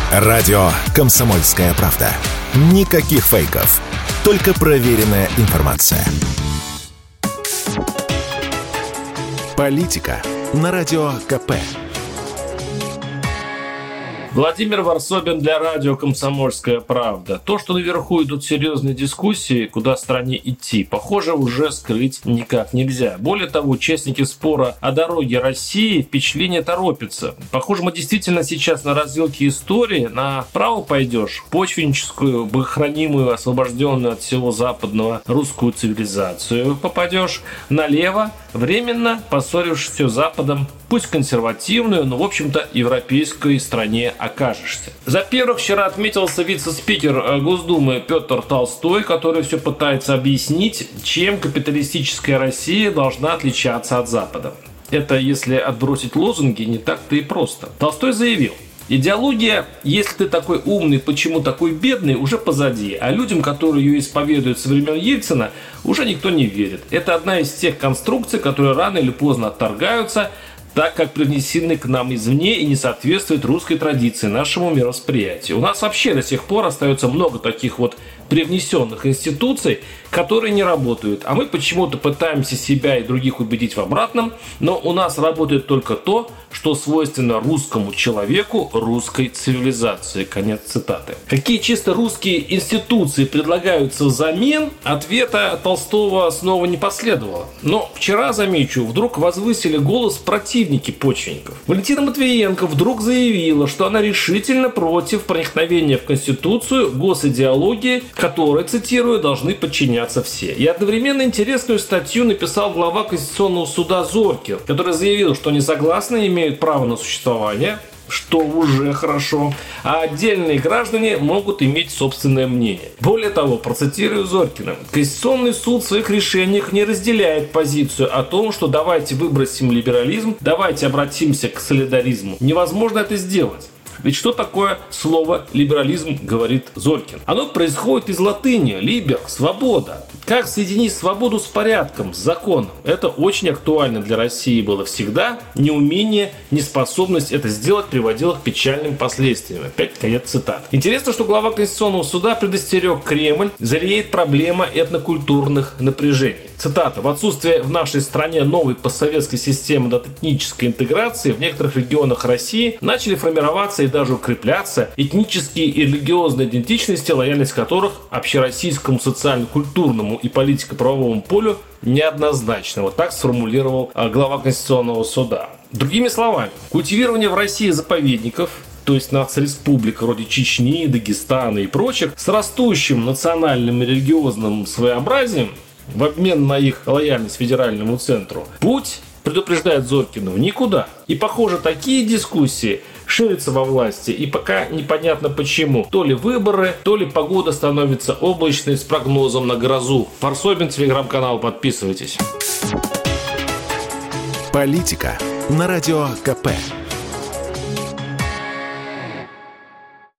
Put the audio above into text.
Радио «Комсомольская правда». Никаких фейков. Только проверенная информация. Политика на Радио КП. Владимир Варсобин для радио «Комсомольская правда». То, что наверху идут серьезные дискуссии, куда стране идти, похоже, уже скрыть никак нельзя. Более того, участники спора о дороге России впечатление торопятся. Похоже, мы действительно сейчас на развилке истории. Направо пойдешь, почвенническую, богохранимую, освобожденную от всего западного русскую цивилизацию попадешь. Налево, временно поссорившись с Западом, пусть консервативную, но, в общем-то, европейской стране окажешься. За первых вчера отметился вице-спикер Госдумы Петр Толстой, который все пытается объяснить, чем капиталистическая Россия должна отличаться от Запада. Это, если отбросить лозунги, не так-то и просто. Толстой заявил: идеология «если ты такой умный, почему такой бедный» уже позади, а людям, которые ее исповедуют со времен Ельцина, уже никто не верит. Это одна из тех конструкций, которые рано или поздно отторгаются, так как привнесены к нам извне и не соответствуют русской традиции, нашему мировосприятию. У нас вообще до сих пор остается много таких вот привнесенных институций, которые не работают. А мы почему-то пытаемся себя и других убедить в обратном, но у нас работает только то, что свойственно русскому человеку, русской цивилизации. Конец цитаты. Какие чисто русские институции предлагаются взамен, ответа Толстого снова не последовало. Но вчера, замечу, вдруг возвысили голос противники почвенников. Валентина Матвиенко вдруг заявила, что она решительно против проникновения в Конституцию госидеологии, которой, цитирую, должны подчиняться все. И одновременно интересную статью написал глава Конституционного суда Зоркин, который заявил, что несогласные имеют право на существование, что уже хорошо, а отдельные граждане могут иметь собственное мнение. Более того, процитирую Зоркина: Конституционный суд в своих решениях не разделяет позицию о том, что давайте выбросим либерализм, давайте обратимся к солидаризму. Невозможно это сделать. Ведь что такое слово «либерализм», говорит Зоркин? Оно происходит из латыни «либер» – «свобода». Как соединить свободу с порядком, с законом? Это очень актуально для России было всегда. Неумение, неспособность это сделать приводило к печальным последствиям. Опять конец цитат. Интересно, что глава Конституционного суда предостерег Кремль: зреет проблема этнокультурных напряжений. Цитата: «В отсутствие в нашей стране новой постсоветской системы этнической интеграции в некоторых регионах России начали формироваться и даже укрепляться этнические и религиозные идентичности, лояльность которых общероссийскому социально-культурному и политико-правовому полю неоднозначно». Вот так сформулировал глава Конституционного суда. Другими словами, культивирование в России заповедников, то есть нацреспублик вроде Чечни, Дагестана и прочих, с растущим национальным и религиозным своеобразием в обмен на их лояльность федеральному центру, путь, предупреждает Зоркин, в никуда. И, похоже, такие дискуссии ширятся во власти, и пока непонятно почему. То ли выборы, то ли погода становится облачной с прогнозом на грозу. Варсобин, телеграм-канал, подписывайтесь. Политика на Радио КП.